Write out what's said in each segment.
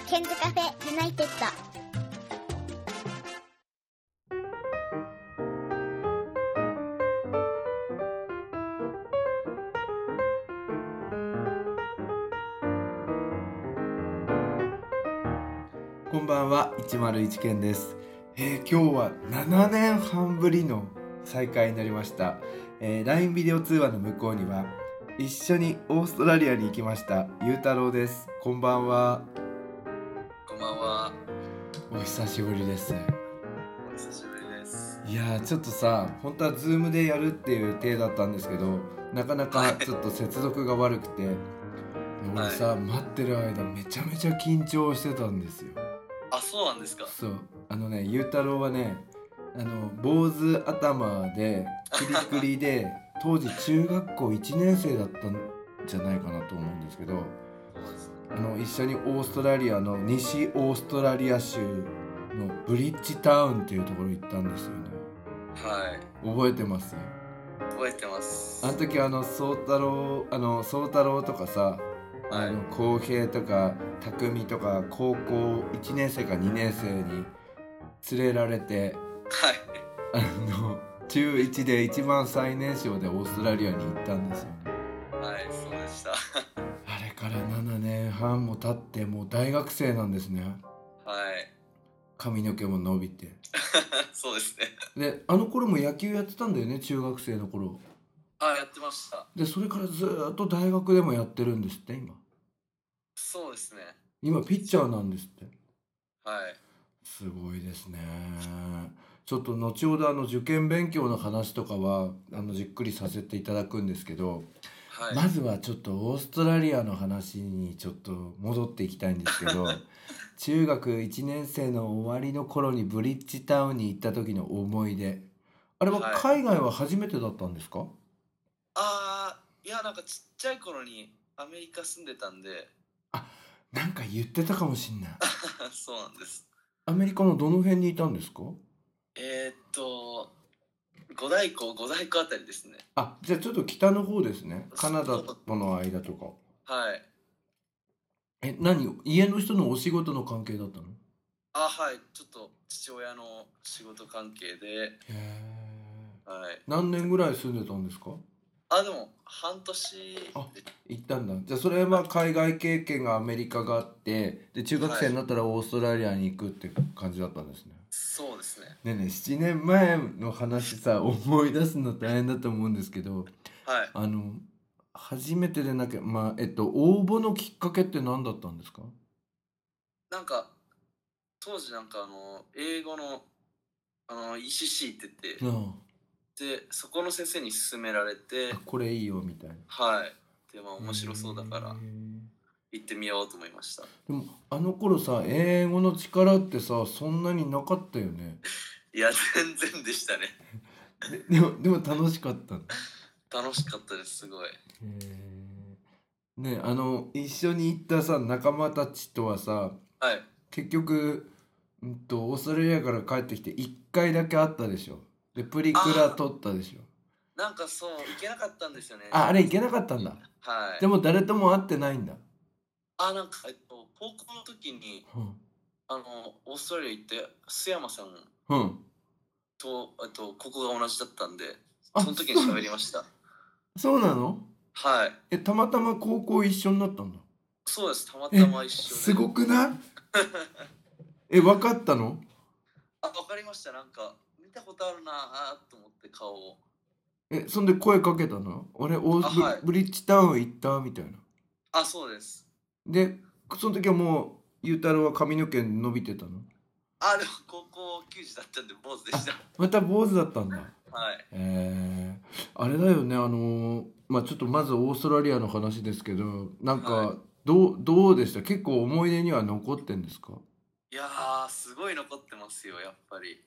ケンズカフェユナイテッド。 こんばんは、101ケンです。今日は7年半ぶりの再会になりました。LINE ビデオ通話の向こうには一緒にオーストラリアに行きましたゆうたろうです。こんばんは。 こんばんは。 お久しぶりです。 お久しぶりです。 いやちょっとさ、本当はズームでやるっていう体だったんですけど、なかなかちょっと接続が悪くて、俺さ、待ってる間めちゃめちゃ緊張してたんですよ。 あ、そうなんですか。 そう、ゆうたろうはね、坊主頭でクリクリで当時中学校1年生だったんじゃないかなと思うんですけど、一緒にオーストラリアの西オーストラリア州のブリッジタウンっていうところ行ったんですよね。 はい。 覚えてます？ 覚えてます。 あの時宗太郎とかさ、浩平とか匠とか高校1年生か2年生に連れられて、 はい。 中1で一番最年少でオーストラリアに行ったんですよね。 はい、そうでした。 あれから7年半も経ってもう大学生なんですね。 はい。 髪の毛も伸びてそうですね。 で、あの頃も野球やってたんだよね、中学生の頃。 やってました。 で、それからずっと大学でもやってるんですって。 そうですね。 今ピッチャーなんですって。 はい。 すごいですね。ちょっと後ほど受験勉強の話とかはじっくりさせていただくんですけど、 はい。 まずはちょっとオーストラリアの話にちょっと戻っていきたいんですけど中学1年生の終わりの頃にブリッジタウンに行った時の思い出、あれは海外は初めてだったんですか？ いや、なんかちっちゃい頃にアメリカ住んでたんで。 なんか言ってたかもしんないそうなんです。 アメリカのどの辺にいたんですか？ 五大湖あたりですね。 じゃあちょっと北の方ですね。カナダとの間とか。 はい。 家の人のお仕事の関係だったの？ はい。ちょっと父親の仕事関係で。はい。 何年ぐらい住んでたんですか？ でも半年行ったんだ。じゃあそれは海外経験がアメリカがあって、で中学生になったらオーストラリアに行くって感じだったんですね。 そうですね。 ねえねえ、7年前の話さ、思い出すの大変だと思うんですけど、 はい。 初めてでなきゃ、応募のきっかけって何だったんですか？ なんか当時英語のECC って言って、でそこの先生に勧められて、 これいいよみたいな。 はい。で面白そうだから行ってみようと思いました。 でもあの頃さ、英語の力ってさ、そんなになかったよね。 いや、全然でしたね。 でも楽しかった。 楽しかったです、すごい。 ね、一緒に行ったさ仲間たちとはさ、 はい。 結局オーストラリアから帰ってきて1回だけ会ったでしょ。でプリクラ撮ったでしょ。 そう行けなかったんですよね。 あれ行けなかったんだ。 はい。 でも誰とも会ってないんだ。 高校の時に、オーストラリア行って須山さんとここが同じだったんで、その時に喋りました。 そうなの？ はい。 たまたま高校一緒になったんだ。 そうです、たまたま一緒で。 すごくない分かったの？ 分かりました。見たことあるなと思って顔を。 そんで声かけたの？俺ブリッジタウン行ったみたいな。 そうです。 でその時はもうゆうたろうは髪の毛伸びてたの？ でも高校球児だったんで坊主でした。 また坊主だったんだ。 はい。 あれだよね、ちょっとまずオーストラリアの話ですけど、どうでした？結構思い出には残ってんですか？ いやー、すごい残ってますよ、やっぱり。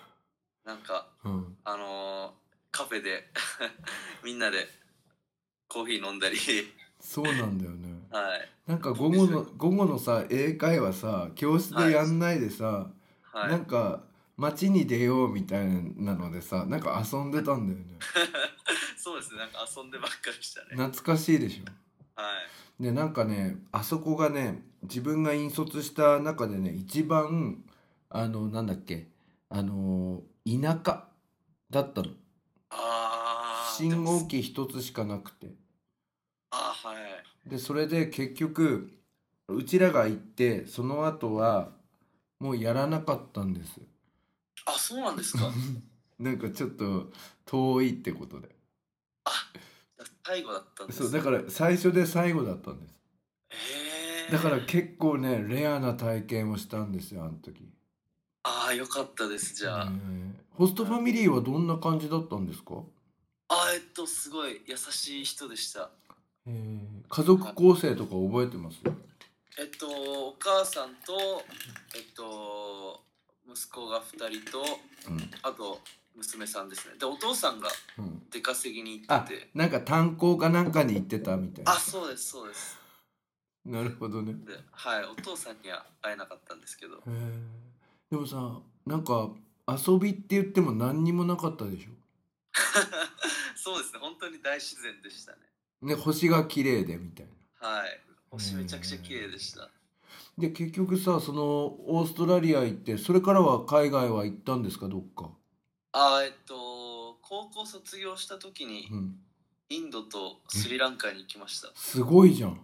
カフェでみんなでコーヒー飲んだり。 そうなんだよね。 はい。 午後のさ、英会話さ、教室でやんないでさ、街に出ようみたいなのでさ、遊んでたんだよね。 そうですね、遊んでばっかりしたね。 懐かしいでしょ。 でなんかねあそこがね自分が引率した中でね一番なんだっけ田舎だったの。信号機一つしかなくて。でそれで結局うちらが行ってその後はもうやらなかったんです。 あ、そうなんですか。 なんかちょっと遠いってことで。 最後だったんです。 そうだから最初で最後だったんです。だから結構ねレアな体験をしたんですよあの時。 ああ、よかったです。じゃあホストファミリーはどんな感じだったんですか？ すごい優しい人でした。 家族構成とか覚えてます？ お母さんと息子が2人と、あと娘さんですね。でお父さんが出稼ぎに行ってて、 なんか炭鉱かなんかに行ってたみたいな。 そうですそうです。 なるほどね。 でお父さんには会えなかったんですけど。 でもさなんか遊びって言っても何にもなかったでしょ？ そうですね、本当に大自然でしたね。 ね、星が綺麗でみたいな。 星めちゃくちゃ綺麗でした。 で結局さそのオーストラリア行ってそれからは海外は行ったんですかどっか？ 高校卒業した時に、インドとスリランカに行きました。 すごいじゃん。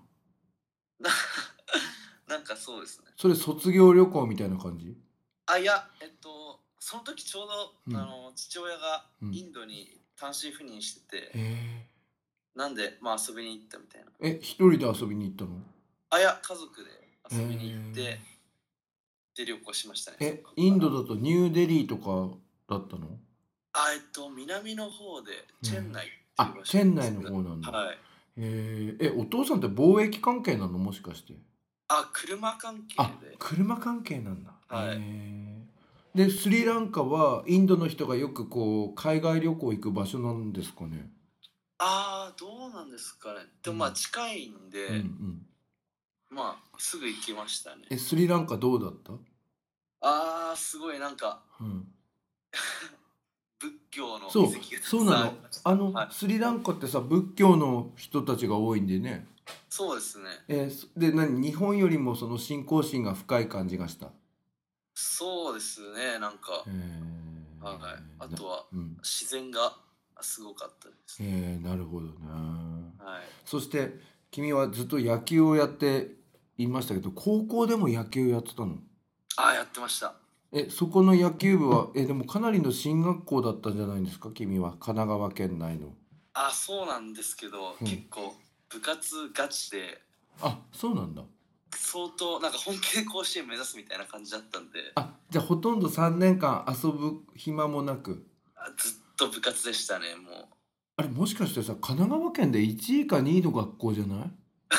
なんかそうですね。 それ卒業旅行みたいな感じ？ いやその時ちょうど、父親がインドに単身赴任してて、なんで遊びに行ったみたいな。 一人で遊びに行ったの？ いや家族で遊びに行ってで旅行しましたね。 インドだとニューデリーとかだったの？ 南の方でチェンナイっていう場所。チェンナイの方なんだ。お父さんって貿易関係なのもしかして？ 車関係で。 車関係なんだ。でスリランカはインドの人がよくこう海外旅行行く場所なんですかね？ どうなんですかね。でも近いんで、すぐ行きましたね。 スリランカどうだった？ すごいなんか、仏教の遺跡がそうなの。スリランカってさ仏教の人たちが多いんでね。 そうですね。 で日本よりもその信仰心が深い感じがした？ そうですね、なんか、あとは、自然がすごかったです。 なるほどね。そして君はずっと野球をやっていましたけど高校でも野球やってたの？ やってました。 そこの野球部はでもかなりの進学校だったんじゃないですか君は？神奈川県内の。 そうなんですけど、結構部活ガチで。 そうなんだ。 相当なんか本気で甲子園目指すみたいな感じだったんで。 じゃあほとんど3年間遊ぶ暇もなくずっと部活でしたね。もうあれもしかしてさ神奈川県で1位か2位の学校じゃない？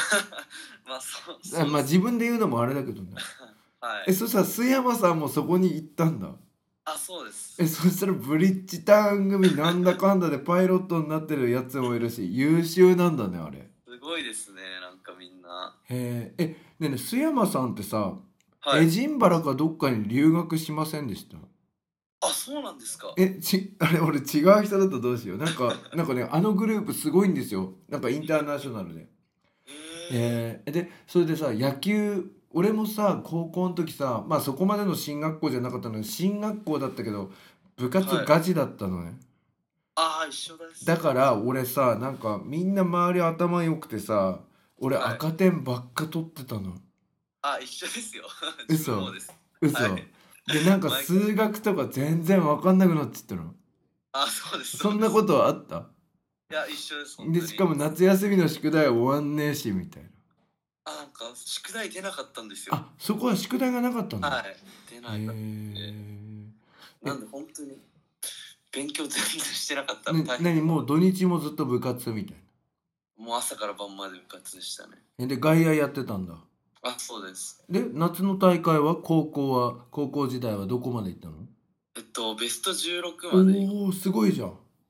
そう自分で言うのもあれだけどね。そしたら須山さんもそこに行ったんだ。 そうです。 そしたらブリッジタウン組なんだかんだでパイロットになってるやつもいるし優秀なんだねあれ。 すごいですねなんかみんな。 ねえ須山さんってさ、エジンバラかどっかに留学しませんでした？ そうなんですか。 あれ俺違う人だとどうしよう。なんかねあのグループすごいんですよ。なんかインターナショナルで。でそれでさ野球俺もさ高校の時さそこまでの進学校じゃなかったのに進学校だったけど部活ガチだったのね。 一緒です。 だから俺さなんかみんな周り頭良くてさ俺赤点ばっか取ってたの。 一緒ですよ。 嘘でなんか数学とか全然分かんなくなっちゃったの。 そうです。 そんなことはあった？ いや一緒です。 でしかも夏休みの宿題終わんねえしみたいな。 なんか宿題出なかったんですよ。 そこは宿題がなかったんだ。 出なかったんで。なんで本当に勉強全然してなかったの。 何もう土日もずっと部活みたいな。もう朝から晩まで部活でしたね。 で外野やってたんだ。 そうです。 で夏の大会は高校時代はどこまで行ったの？ ベスト16まで。 すごいじゃん。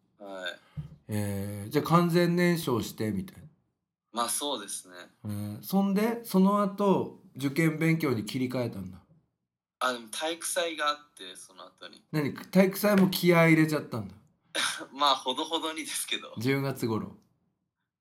じゃあ完全燃焼してみたいな。そうですね。 そんでその後受験勉強に切り替えたんだ。 でも体育祭があってその後に。 体育祭も気合い入れちゃったんだ。 ほどほどにですけど。 10月頃。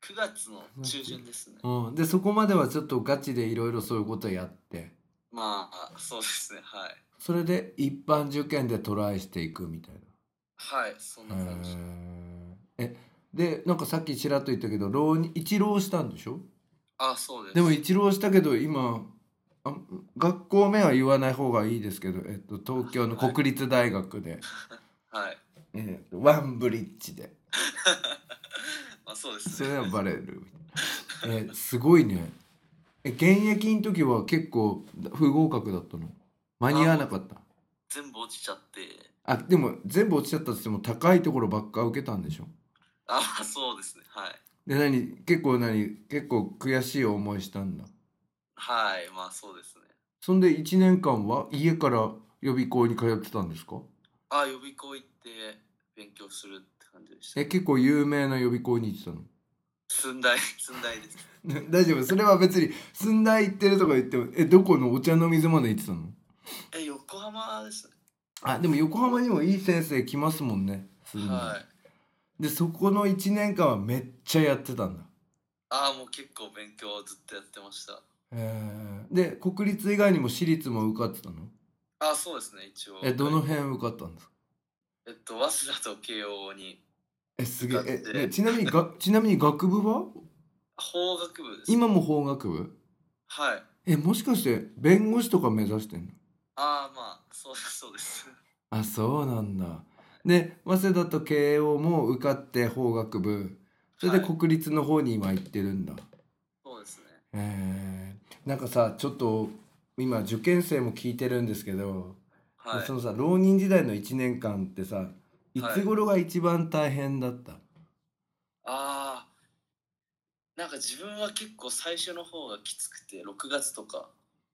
9月の中旬ですね。 うん、でそこまではちょっとガチでいろいろそういうことやって、 まあそうですね、はい。 それで一般受験でトライしていくみたいはい、そんなな。 感じ。 でなんかさっきちらっと言ったけど一浪したんでしょ？ あ、そうです。 でも一浪したけど今学校名は言わない方がいいですけど、東京の国立大学で、 はい。 ワンブリッジでまあそうですね。 それはバレる。すごいね。現役の時は結構不合格だったの？間に合わなかった？ 全部落ちちゃって。 あ、でも全部落ちちゃったとしても高いところばっか受けたんでしょ？ あ、そうですね、はい。 で結構悔しい思いしたんだ？ はい、まあそうですね。 そんで1年間は家から予備校に通ってたんですか？ あ、予備校行って勉強するって感じでした。 結構有名な予備校に行ってたの？ 寸大です。 大丈夫、それは別に寸大行ってるとか言っても、どこのお茶の水まで行ってたの？ 横浜ですね。 あ、でも横浜にもいい先生来ますもんね、寸大。 はい。 でそこの1年間はめっちゃやってたんだ。 もう結構勉強をずっとやってました。 で国立以外にも私立も受かってたの？ そうですね、一応。 どの辺受かったんですか？ 早稲田と慶応にすげ受かって。 え。ちなみに学部は？ 法学部です。 今も法学部？ はい。 もしかして弁護士とか目指してんの？ まあそうです。 あ、そうなんだ。で早稲田と慶応も受かって法学部、それではい、 国立の方に今行ってるんだ。 そうですね。 なんかさ、ちょっと今受験生も聞いてるんですけど、 はい。 そのさ浪人時代の1年間ってさ、いはい。 つ頃が一番大変だった？ あなんか自分は結構最初の方がきつくて、6月とか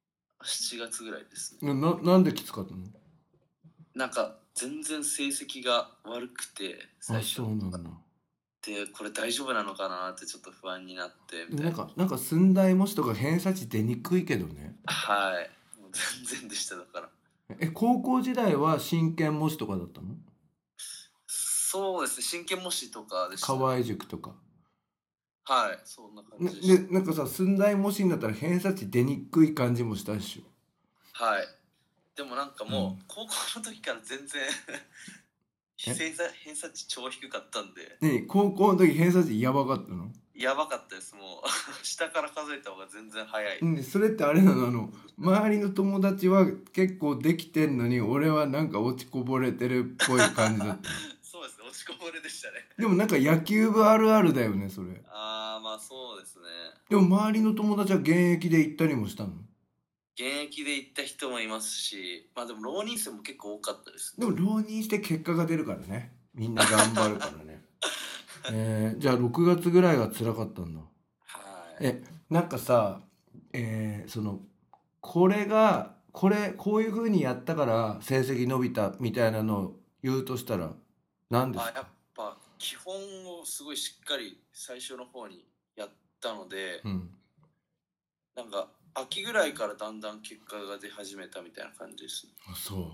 7月ぐらいですね。 なんできつかったの？ なんか全然成績が悪くて、 あ、 最初そうなんだ。 で、これ大丈夫なのかなってちょっと不安になってでもみたいな。 なんか寸大模試とか偏差値出にくいけどね。 はい。もう全然でした、だから。 高校時代は真剣模試とかだったの？ そうですね、真剣模試とかでしたね。 河合塾とか。 はい、そんな感じでしでなんかさ寸大模試になったら偏差値出にくい感じもしたでしょ？ た。はい。でもなんかうん。 もう、高校の時から全然え偏差値超低かったんで、 高校の時偏差値やばかったの？ やばかったです、もう。下から数えた方が全然早い。 それってあれなの？周りの友達は結構できてんのに俺はなんか落ちこぼれてるっぽい感じだったの？ そうですね、落ちこぼれでしたね。 でもなんか野球部あるあるだよねそれ。 まあそうですね。 でも周りの友達は現役で行ったりもしたの？ 現役で行った人もいますし、まあでも浪人生も結構多かったですね。 でも浪人して結果が出るからね、みんな頑張るからね。じゃあ6月ぐらいが辛かったんだ。 はい。 なんかさ、そのこれがこういう風にやったから成績伸びたみたいなのを言うとしたら何ですか？ やっぱ基本をすごいしっかり最初の方にやったので、 うん。 なんか秋ぐらいからだんだん結果が出始めたみたいな感じですね。 あ、そう。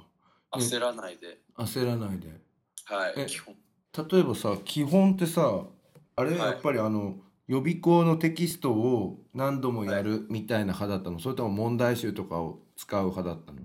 焦らないで。 焦らないで。 はい、 え、 基本。 例えばさ、基本ってさ、あれやはい。 っぱり予備校のテキストを何度もはい。 やるみたいな派だったの？それとも問題集とかを使う派だったの？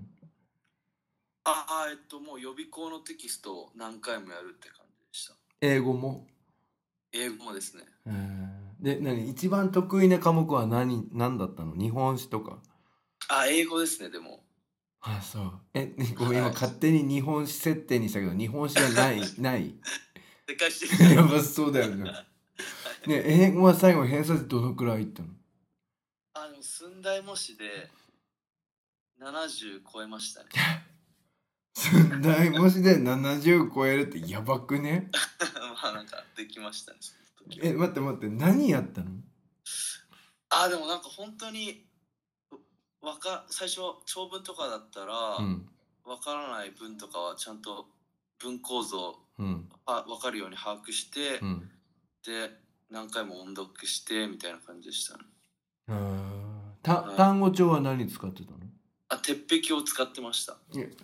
もう予備校のテキストを何回もやるって感じでした。 英語も？ 英語もですね。 で、一番得意な科目は何だったの？日本史とか？ 英語ですね、でも。 あ、そう。ごめん、今はい。 勝手に日本史設定にしたけど、日本史はないでかいしてる。 やばそうだよね。ね、英語は最後偏差値どのくらいいったの？ でも寸大模試で70超えましたね。 寸大模試で70超えるってやばくね？ まあなんかできましたね、その時は。 待って、何やったの？ でもなんか本当に最初長文とかだったら、 うん。 わからない文とかはちゃんと文構造うん。 わかるように把握して、 うん。 で何回も音読してみたいな感じでしたね。 単語帳は何使ってたの？ 鉄壁を使ってました。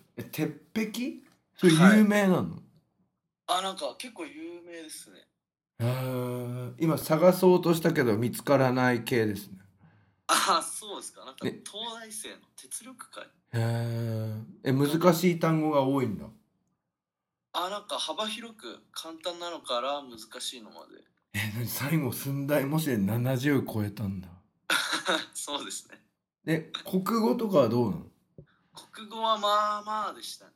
鉄壁？それはい。 有名なの？ なんか結構有名ですね。 今探そうとしたけど見つからない系ですね。 ああ、そうですか。なんかね東大生の哲力会。 難しい単語が多いんだ。 なんか幅広く簡単なのから難しいのまで。 最後寸大模試で70超えたんだ。 そうですね。 国語とかはどうなの？ 国語はまあまあでしたね。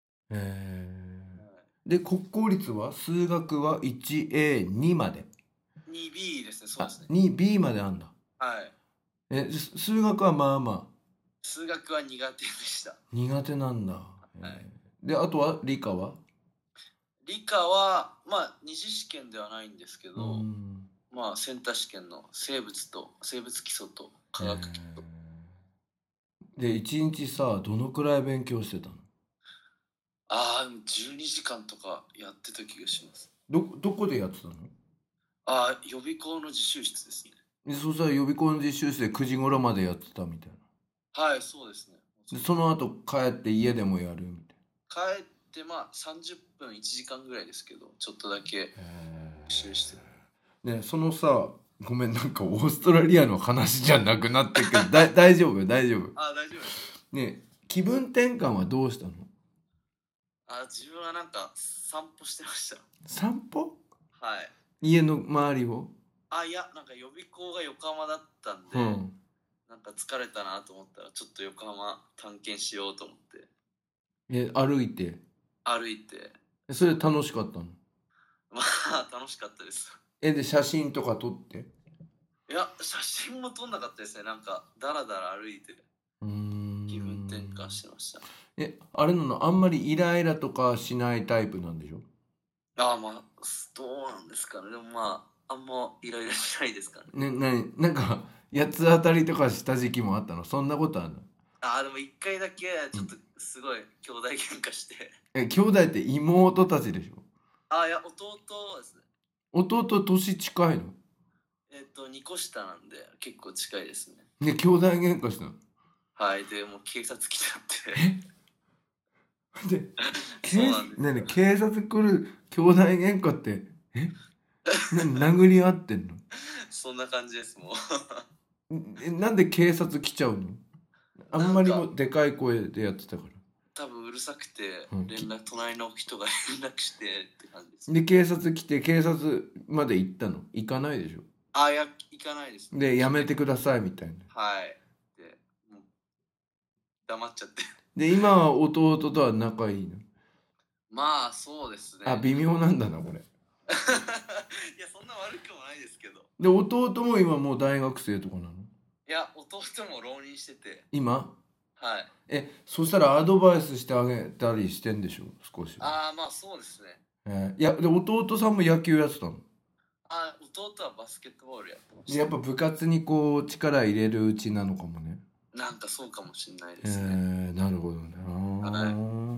で国公立は数学は 1A2 まで。 2B ですね。そうですね。 2B まであんだ。 はい。 数学はまあまあ。 数学は苦手でした。 苦手なんだ。 はい。 であとは理科は？ 理科はまあ二次試験ではないんですけど、まあセンター試験の生物基礎と科学基礎。 で1日さどのくらい勉強してたの ？12時間とかやってた気がします。 どこでやってたの？ 予備校の自習室ですね。 そうしたら予備校の実習室で9時頃までやってたみたいな。 はい、そうですね。 でその後帰って家でもやるみたい帰ってまあ30分1時間ぐらいですけど、ちょっとだけ自習してね。そのさごめんなんかオーストラリアの話じゃなくなってるけど大丈夫大丈夫。 大丈夫です。 ね気分転換はどうしたの？ 自分はなんか散歩してました。 散歩？ はい。 家の周りを？ いや、なんか予備校が横浜だったんで、なんか疲れたなと思ったらちょっと横浜探検しようと思って歩いてそれ楽しかったの？ まあ楽しかったです。 で写真とか撮って？ いや、写真も撮んなかったですね。なんかだらだら歩いて気分転換してました。 あれなのあんまりイライラとかしないタイプなんでしょ？ まあどうなんですかね。でもまああんまイライラしないですかね。 なんか八つ当たりとかした時期もあったの？そんなことあるの？ でも一回だけちょっとすごい兄弟喧嘩して、 兄弟って妹たちでしょ？ いや弟ですね。 弟年近いの 2個下なんで結構近いですね。 兄弟喧嘩したの？ はい。でもう警察来ちゃでってそうなんですよ。 警察来る兄弟喧嘩って殴り合ってんの？ そんな感じですもうなんで警察来ちゃうの？あんまりもでかい声でやってたから。 多分うるさくて隣の人が連絡してって感じです。 で警察来て警察まで行ったの？行かないでしょ？ いや行かないです、ね。 でやめてくださいみたいな。 はいでもう黙っちゃってで今は弟とは仲いいの？ まあそうですね。 微妙なんだなこれいやそんな悪くもないですけど。 で弟も今もう大学生とかなの？ いや弟も浪人してて今？ はい。 そしたらアドバイスしてあげたりしてんでしょ少し？ まあそうですね。 いやで弟さんも野球やってたの？ 弟はバスケットボールやってました。 やっぱ部活にこう力入れるうちなのかもね。 なんかそうかもしれないですね。 なるほどね。 はい。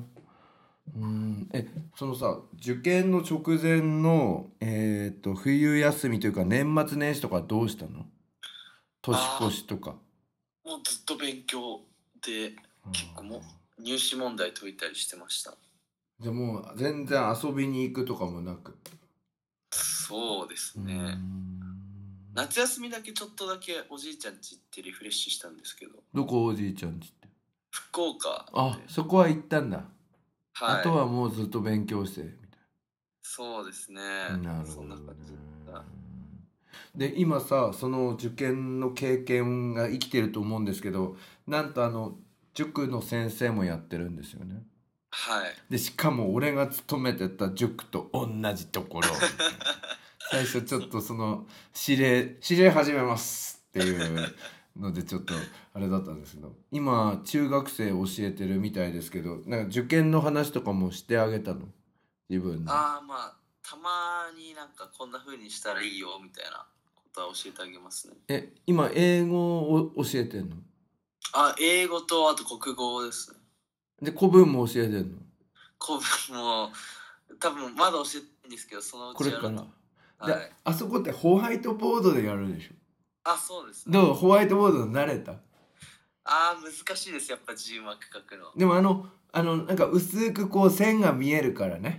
そのさ受験の直前の冬休みというか年末年始とかどうしたの？年越しとか。 もうずっと勉強で結構もう入試問題解いたりしてました。 じゃあもう全然遊びに行くとかもなく？ そうですね。夏休みだけちょっとだけおじいちゃん家行ってリフレッシュしたんですけど。 どこおじいちゃん家って？ 福岡で。 そこは行ったんだ。 はい。 あとはもうずっと勉強してみたいな。 そうですね。 なるほどね。 そんな感じだった。 で今さその受験の経験が生きてると思うんですけど、なんと塾の先生もやってるんですよね。 はい。 でしかも俺が勤めてた塾と同じところ最初ちょっとその指令始めますっていうのでちょっとあれだったんですけど、今中学生教えてるみたいですけど、なんか受験の話とかもしてあげたの？自分で。 まあたまになんかこんな風にしたらいいよみたいなことは教えてあげますね。 今英語を教えてんの？ 英語とあと国語ですね。 で古文も教えてんの？ 古文も多分まだ教えてないんですけど、そのうちやると。 これから。 はい。 であそこってホワイトボードでやるでしょ？ そうですね。 どうホワイトボード慣れた？ 難しいです。やっぱ字幕書くの。 でもなんか薄くこう線が見えるからね。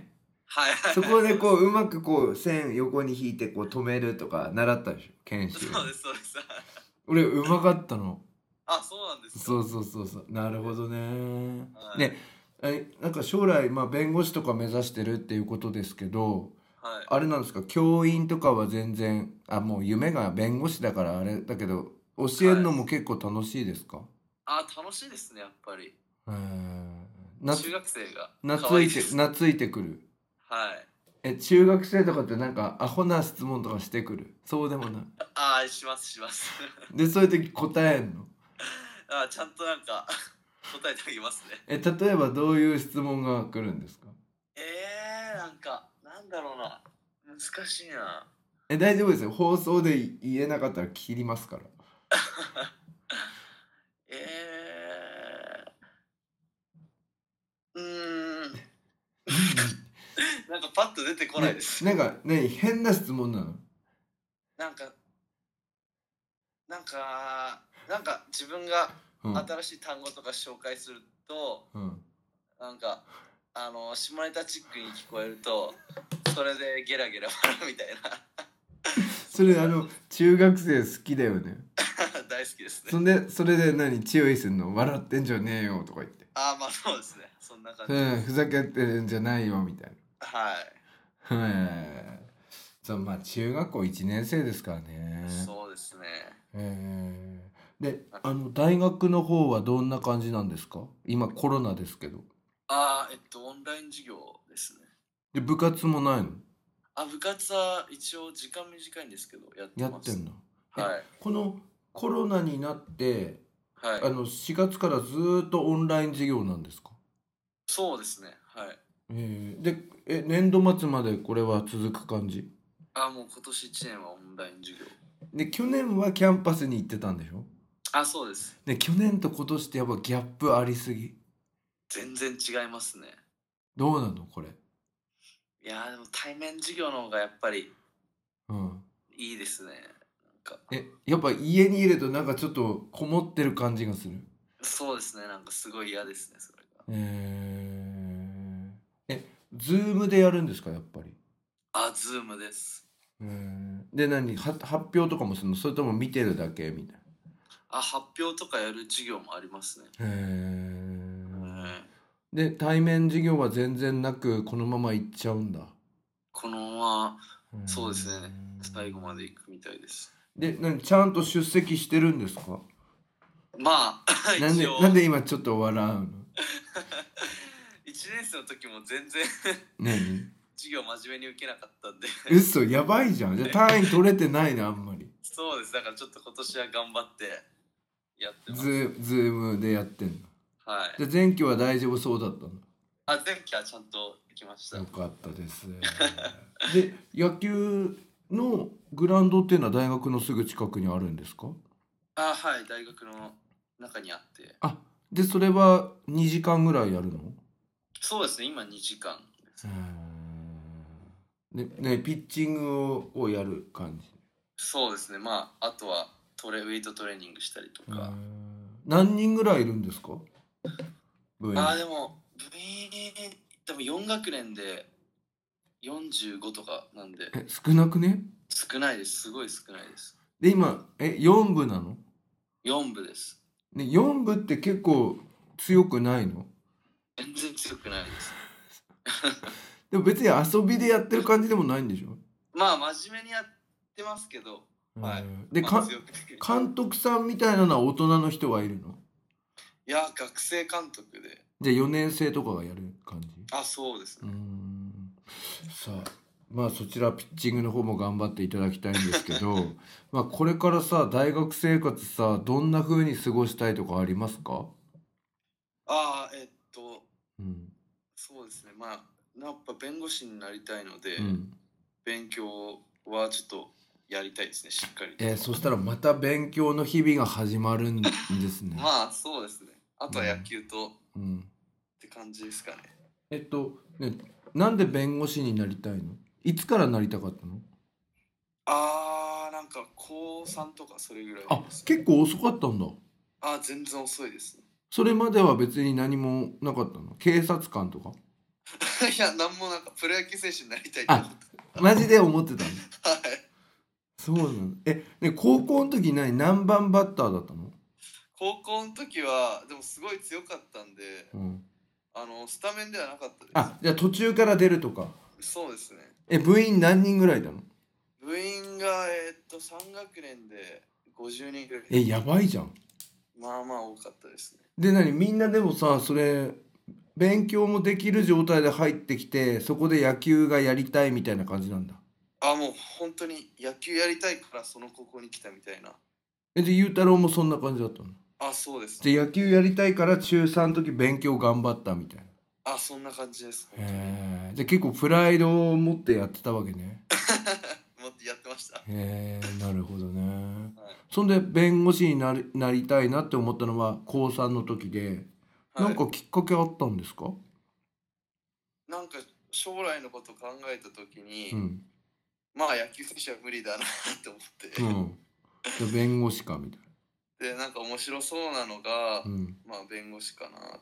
はいはいそこでこううまくこう線横に引いてこう止めるとか習ったでしょ、研修。 そうですそうです。 俺うまかったの。 あ、そうなんですか。 そう、なるほどね。 はいね、なんか将来、まあ、弁護士とか目指してるっていうことですけど、 はい。 あれなんですか、教員とかは全然、もう夢が弁護士だからあれだけど、教えるはい。 のも結構楽しいですか？ あ、楽しいですね、やっぱり。 えー、 中学生が可懐いて愛いです。 懐いてくる。 はい。 中学生とかってなんかアホな質問とかしてくる？そうでもない？ ああ、しますします。 でそういう時答えんの？ あ、ちゃんとなんか答えてあげますね。 例えばどういう質問が来るんですか？ なんか、なんだろうな。難しいな。 大丈夫ですよ、放送で言えなかったら切りますから。 えうーん。 うんなんかパッと出てこないでね、 す。 なんかね、変な質問なの？ なんか、なんか、なんか自分がうん新しい単語とか紹介すると、 うん。 なんか、下ネタチックに聞こえると、それでゲラゲラ笑うみたいな。 それそんな中学生好きだよね。 大好きですね。 それで何注意すんの？笑ってんじゃねえよとか言って。 ああ、まあそうですね。そんな感じうん、 です。 ふざけてるんじゃないよみたいはな。そう、まあ中学校1年生ですからい。 ね。 そうですね。 で、大学の方はどんな感じなんですか？今コロナですけど。 オンライン授業ですね。 で、部活もないの？ 部活は一応時間短いんですけど、やってます。 やってんの？ はい。 このコロナになってはい。 4月からずーっとオンライン授業なんですか？ そうですね。はい。 で、年度末までこれは続く感じ？ もう今年1年はオンライン授業。 で、去年はキャンパスに行ってたんでしょ？ そうです。 で、去年と今年ってやっぱギャップありすぎ。 全然違いますね。 どうなのこれ？ いやー、でも対面授業の方がやっぱりうん。 いいですね。なんか、 やっぱ家にいるとなんかちょっとこもってる感じがする。 そうですね。なんかすごい嫌ですね、それが。 ズームでやるんですか、やっぱり？ ズームです。 で、発表とかもするの？それとも見てるだけみたい発表とかやる授業もありますね。 な。 はいで、対面授業は全然なく、このまま行っちゃうんだ。 このまま、そうですね。最後まで行くみたいです。 で、ちゃんと出席してるんですか？ まあ、一応。 なんで今ちょっと笑うの？ 1年生の時も全然何？ 授業真面目に受けなかったんで嘘、やばいじゃん。じゃあ単位取れてないね、あんまり。 そうです。だからちょっと今年は頑張ってやってます。 ズームでやってんの？ はい。 で、前期は大丈夫そうだったの？ 前期はちゃんと行きました。 よかったです。で、野球のグラウンドっていうのは大学のすぐ近くにあるんですか？ はい。大学の中にあって。 で、それは2時間ぐらいやるの？ そうですね。今2時間です。 で、ピッチングをやる感じ？ そうですね。まあ、あとはウェイトトレーニングしたりとか。 何人ぐらいいるんですか？部員。 でも、部員、多分4学年で45とかなんで。 少なくね？ 少ないです。すごい少ないです。 で、今、4部なの 4部です。 ね、4部って結構強くないの？ 全然強くないです。 でも別に遊びでやってる感じでもないんでしょ？ まあ、真面目にやってますけど、はい。 で、 まあ、強く監督さんみたいなのは大人の人がいるの？ いや、学生監督で。 じゃあ4年生とかがやる感じ？ そうですね。 さあ、まあそちらピッチングの方も頑張っていただきたいんですけどまあこれからさ、大学生活さ、どんな風に過ごしたいとかありますか？ そうですね。まあ、やっぱ弁護士になりたいので、 うん。 勉強はちょっとやりたいですね、しっかりと。 そしたらまた勉強の日々が始まるんですね。 まあ、そうですね。あとは野球とうんって感じですかね。 ね、なんで弁護士になりたいの？いつからなりたかったの？ なんか高3とかそれぐらいです。 結構遅かったんだ。 全然遅いですね。 それまでは別に何もなかったの？警察官とか？ いや、なんもなんかプロ野球選手になりたいと思ってた。 マジで思ってたの？ はい。 そうなの。ね、高校の時何番バッターだったの？ 高校の時はでもすごい強かったんで、スタメンではなかったです。 あ、じゃあ途中から出るとか。 そうですね。 部員何人ぐらいだの？ 部員が3学年で50人ぐらい。 やばいじゃん。 まあまあ多かったですね。 でみんなでもさ、それ勉強もできる状態で入ってきて、そこで野球がやりたいみたいな感じなんだ。 もう本当に野球やりたいからその高校に来たみたいな。 で、ゆうたろうもそんな感じだったの？ そうです。 で、野球やりたいから中3の時勉強頑張ったみたいな。 そんな感じです。 で、結構プライドを持ってやってたわけね。 持ってやってました。 なるほどね。そんで弁護士になりたいなって思ったのは高3の時で、なんかきっかけあったんですか？ なんか将来のこと考えた時に、まあ野球選手は無理だなって思って、 で弁護士かみたいな。で、なんか面白そうなのが、まあ弁護士かなと思って。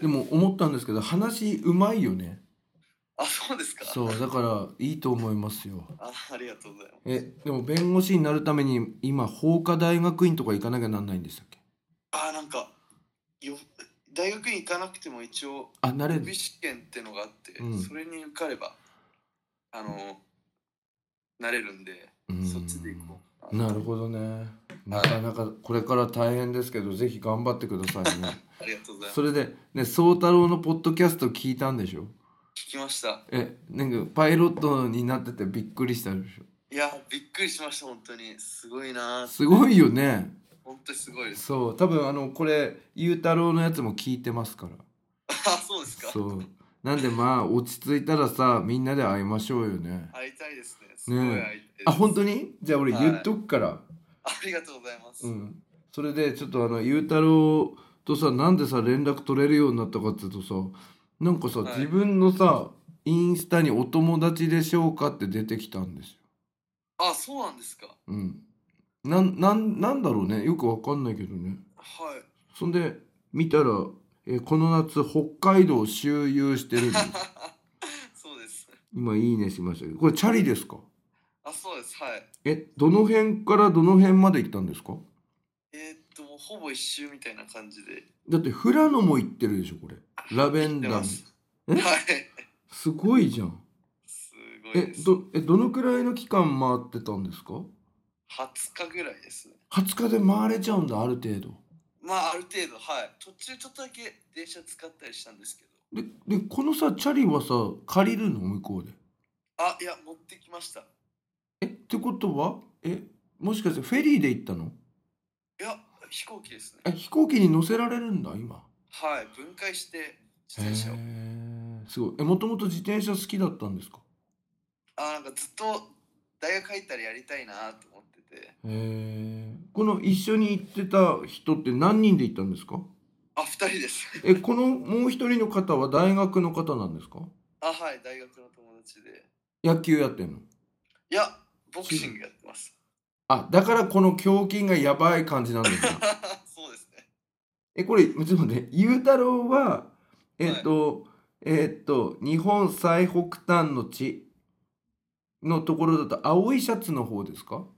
でも思ったんですけど、話うまいよね。 そうですか。 そう、だからいいと思いますよ。 ありがとうございます。 でも弁護士になるために今法科大学院とか行かなきゃなんないんでしたっけ？ なんか大学に行かなくても一応予備試験ってのがあって、それに受かればなれるんで、そっちで行こう。 なるほどね。なかなかこれから大変ですけど、ぜひ頑張ってくださいね。 ありがとうございます。 それでね、宗太郎のポッドキャスト聞いたんでしょ？ 聞きました。 なんかパイロットになっててびっくりしたでしょ？ いや、びっくりしました。本当にすごいな。 すごいよね。 本当にすごいです。 そう、多分これゆうたろうのやつも聞いてますから。 そうですか。 そうなんで、まあ落ち着いたらさ、みんなで会いましょうよね。 会いたいですね。すごい会いたいです。 本当に？じゃあ俺言っとくから。 ありがとうございます。 それでちょっとゆうたろうとさ、なんでさ連絡取れるようになったかっていうとさ、なんかさ、自分のさインスタにお友達でしょうかって出てきたんですよ。そうなんですか。 なんだろうね、よくわかんないけどね。そんで見たら、この夏北海道周遊してるんです。 そうです。 今いいねしましたけど、これチャリですか？ そうです。 どの辺からどの辺まで行ったんですか？ ほぼ一周みたいな感じで。 だって富良野も行ってるでしょ、これ。ラベンダー。すごいじゃん。 すごいです。 どのくらいの期間回ってたんですか ？20日ぐらいですね。 20日で回れちゃうんだ、ある程度。 ある程度、途中ちょっとだけ電車使ったりしたんですけど。 でこのさ、チャリはさ、借りるの向こうで？ いや、持ってきました。 ってことはもしかしてフェリーで行ったの？ いや、飛行機ですね。 飛行機に乗せられるんだ、今。 分解して自転車を。 すごい。もともと自転車好きだったんですか？ なんかずっと大学入ったらやりたいなと思ってて。 この一緒に行ってた人って何人で行ったんですか ？2人です。 このもう一人の方は大学の方なんですか？ 大学の友達で。 野球やってんの？ いや、ボクシングやってます。 だからこの胸筋がやばい感じなんですか？ そうですね。 これちょっと待って、ゆうたろうは日本最北端の地のところだと青いシャツの方ですか？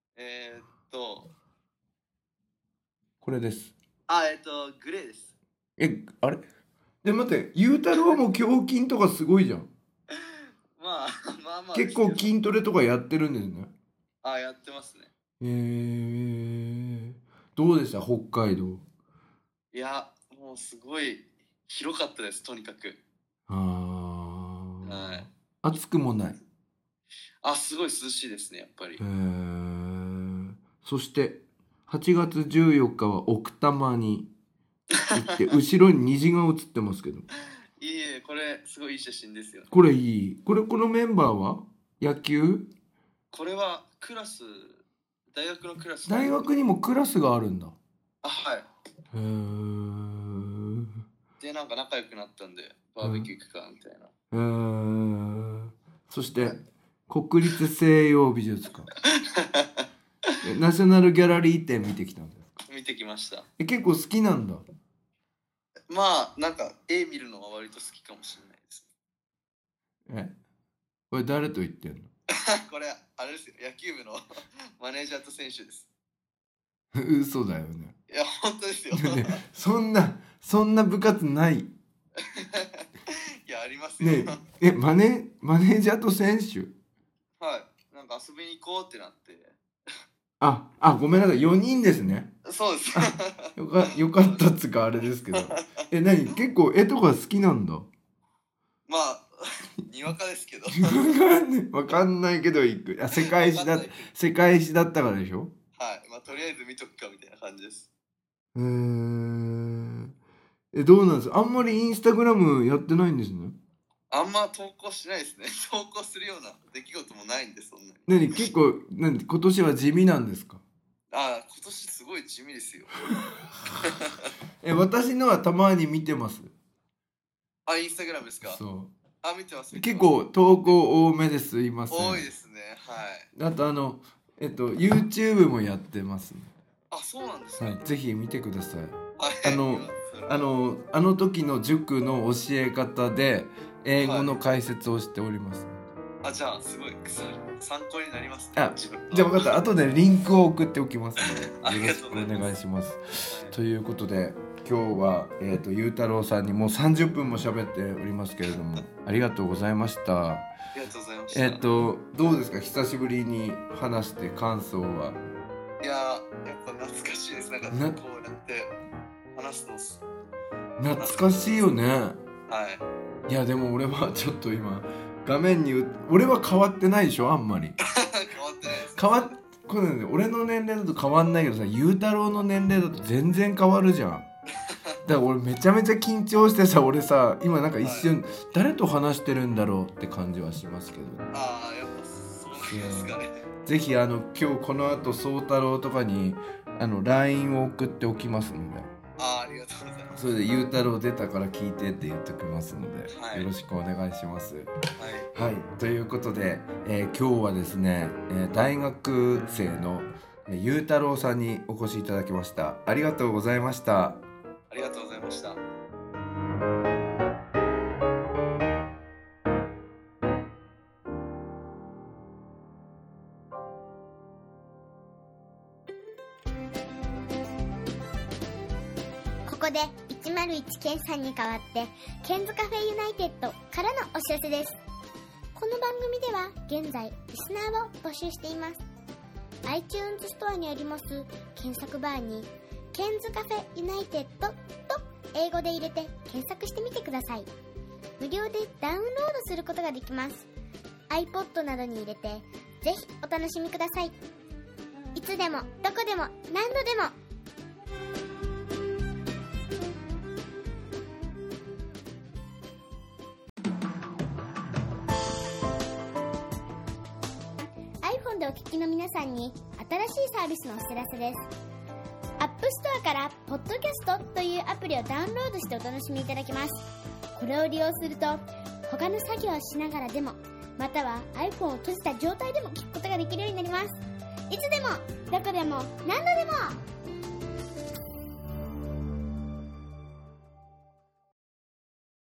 これです。 グレーです。 あれで待って、ゆうたろうも胸筋とかすごいじゃん。 まあ結構筋トレとかやってるんですね。 やってますね。 どうでした北海道？ いや、もうすごい広かったです、とにかく。 暑くもない？ すごい涼しいですね、やっぱり。 そして8月14日は奥多摩に行って後ろに虹が映ってますけど。 これすごいいい写真ですよね。 これいい。このメンバーは野球？ これはクラス、大学のクラス。 大学にもクラスがあるんだ。 で、なんか仲良くなったんでバーベキュー行くかみたいな。 そして国立西洋美術館ナショナルギャラリー展見てきたんですか？ 見てきました。 結構好きなんだ。 なんか絵見るのは割と好きかもしれないです。 これ誰と言ってんの？ これあれですよ、野球部のマネージャーと選手です。 嘘だよね。 いや本当ですよ。 ね、そんな部活ない。 いやありますよ。 ね、マネージャーと選手。 はい、なんか遊びに行こうってなって。 ごめんなさい、4人ですね。 そうです。 よかったっつかあれですけど。何結構絵とか好きなんだ。 まあにわかですけど。 わかんないけど行く。世界史だったからでしょ。 はい、まあとりあえず見とくかみたいな感じです。 どうなんですか？あんまりインスタグラムやってないんですね。 あんま投稿しないですね。投稿するような出来事もないんで、そんなに。 結構今年は地味なんですか？ 今年すごい地味ですよ。 私のはたまに見てます。 インスタグラムですか？ そう。 見てます。 結構投稿多めですいません。 多いですね。はい。 あとYouTube もやってますね。 そうなんですね。 はい、ぜひ見てください。 あの時の塾の教え方で英語の解説をしております。 じゃあすごい参考になりますね。 じゃあ分かった。後でリンクを送っておきますので、 よろしくお願いします。ということで今日はゆうたろうさんにもう30分も喋っておりますけれどもありがとうございました。 ありがとうございました。 どうですか、久しぶりに話して感想は？ いややっぱ懐かしいです。なんかこうやって話すの懐かしいよね。 はい。 いやでも俺はちょっと今画面に俺は変わってないでしょ、あんまり。 変わってないです。 これね、俺の年齢だと変わんないけどさ、ゆうたろうの年齢だと全然変わるじゃん。だから俺めちゃめちゃ緊張してさ、俺さ今なんか一瞬、誰と話してるんだろうって感じはしますけど。 やっぱそうですかね。 ぜひ今日この後そうたろうとかにLINE を送っておきますので。 ありがとうございます。 それでゆうたろう出たから聞いてって言っておきますので、 はい、 よろしくお願いします。 はい、 ということで、今日はですね、大学生のゆうたろうさんにお越しいただきました。ありがとうございました。 ありがとうございました。 ここで101ケンさんに代わってケンズカフェユナイテッドからのお知らせです。この番組では現在リスナーを募集しています。 iTunes ストアにあります検索バーにケンズカフェユナイテッドと英語で入れて検索してみてください。無料でダウンロードすることができます。 iPod などに入れてぜひお楽しみください。いつでもどこでも何度でもでお聞きの皆さんに新しいサービスのお知らせです。アップストアからポッドキャストというアプリをダウンロードしてお楽しみいただけます。これを利用すると他の作業をしながらでもまたは iPhone を閉じた状態でも聞くことができるようになります。いつでもどこでも何度でも